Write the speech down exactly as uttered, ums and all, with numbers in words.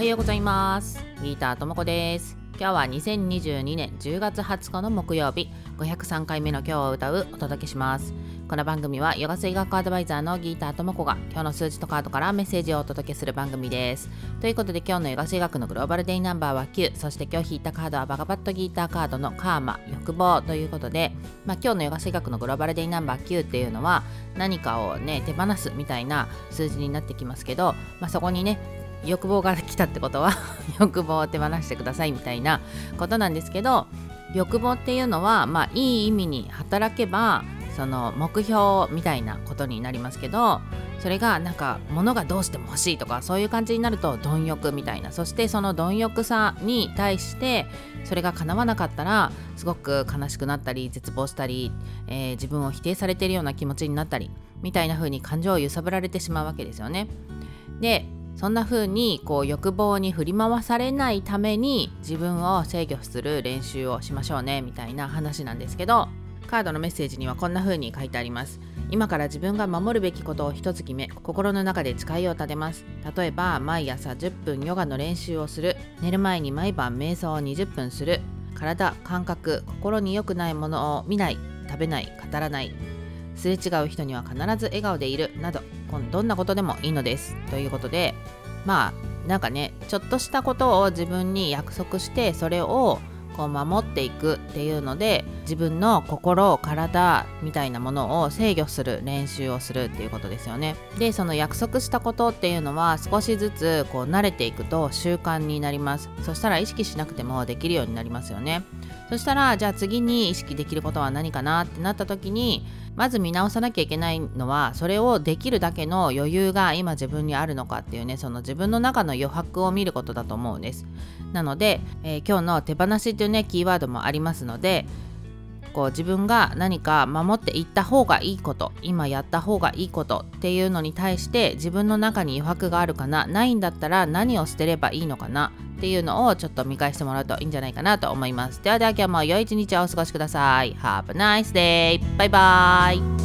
ようございます。ギターともこです。今日はにせんにじゅうにねんじゅうがつはつかの木曜日、ごひゃくさんかいめの今日を歌うお届けします。この番組はヨガ水学アドバイザーのギターともこが今日の数字とカードからメッセージをお届けする番組です。ということで、今日のヨガ水学のグローバルデイナンバーはきゅう、そして今日引いたカードはバガバットギーターカードのカーマ、欲望ということで、まあ、今日のヨガ水学のグローバルデイナンバーきゅうっていうのは何かをね手放すみたいな数字になってきますけど、まあ、そこにね欲望が来たってことは欲望を手放してくださいみたいなことなんですけど、欲望っていうのはまあいい意味に働けばその目標みたいなことになりますけど、それがなんか物がどうしても欲しいとかそういう感じになると貪欲みたいな、そしてその貪欲さに対してそれが叶わなかったらすごく悲しくなったり絶望したり、えー、自分を否定されているような気持ちになったりみたいな風に感情を揺さぶられてしまうわけですよね。でそんな風にこう欲望に振り回されないために自分を制御する練習をしましょうねみたいな話なんですけど、カードのメッセージにはこんな風に書いてあります。今から自分が守るべきことを一つ決め、心の中で誓いを立てます。例えば毎朝じゅっぷんヨガの練習をする、寝る前に毎晩瞑想をにじゅっぷんする、体、感覚、心に良くないものを見ない、食べない、語らない、すれ違う人には必ず笑顔でいるなど、どんなことでもいいのですということで、まあなんかねちょっとしたことを自分に約束してそれをこう守っていくっていうので、自分の心、体みたいなものを制御する練習をするっていうことですよね。でその約束したことっていうのは少しずつこう慣れていくと習慣になります。そしたら意識しなくてもできるようになりますよね。そしたらじゃあ次に意識できることは何かなってなった時に、まず見直さなきゃいけないのはそれをできるだけの余裕が今自分にあるのかっていうね、その自分の中の余白を見ることだと思うんです。なので、えー、今日の手放しっていうねキーワードもありますので、こう自分が何か守っていった方がいいこと、今やった方がいいことっていうのに対して自分の中に余白があるかな、ないんだったら何を捨てればいいのかなっていうのをちょっと見返してもらうといいんじゃないかなと思います。ではでは今日も良い一日をお過ごしください。Have a nice day! バイバイ。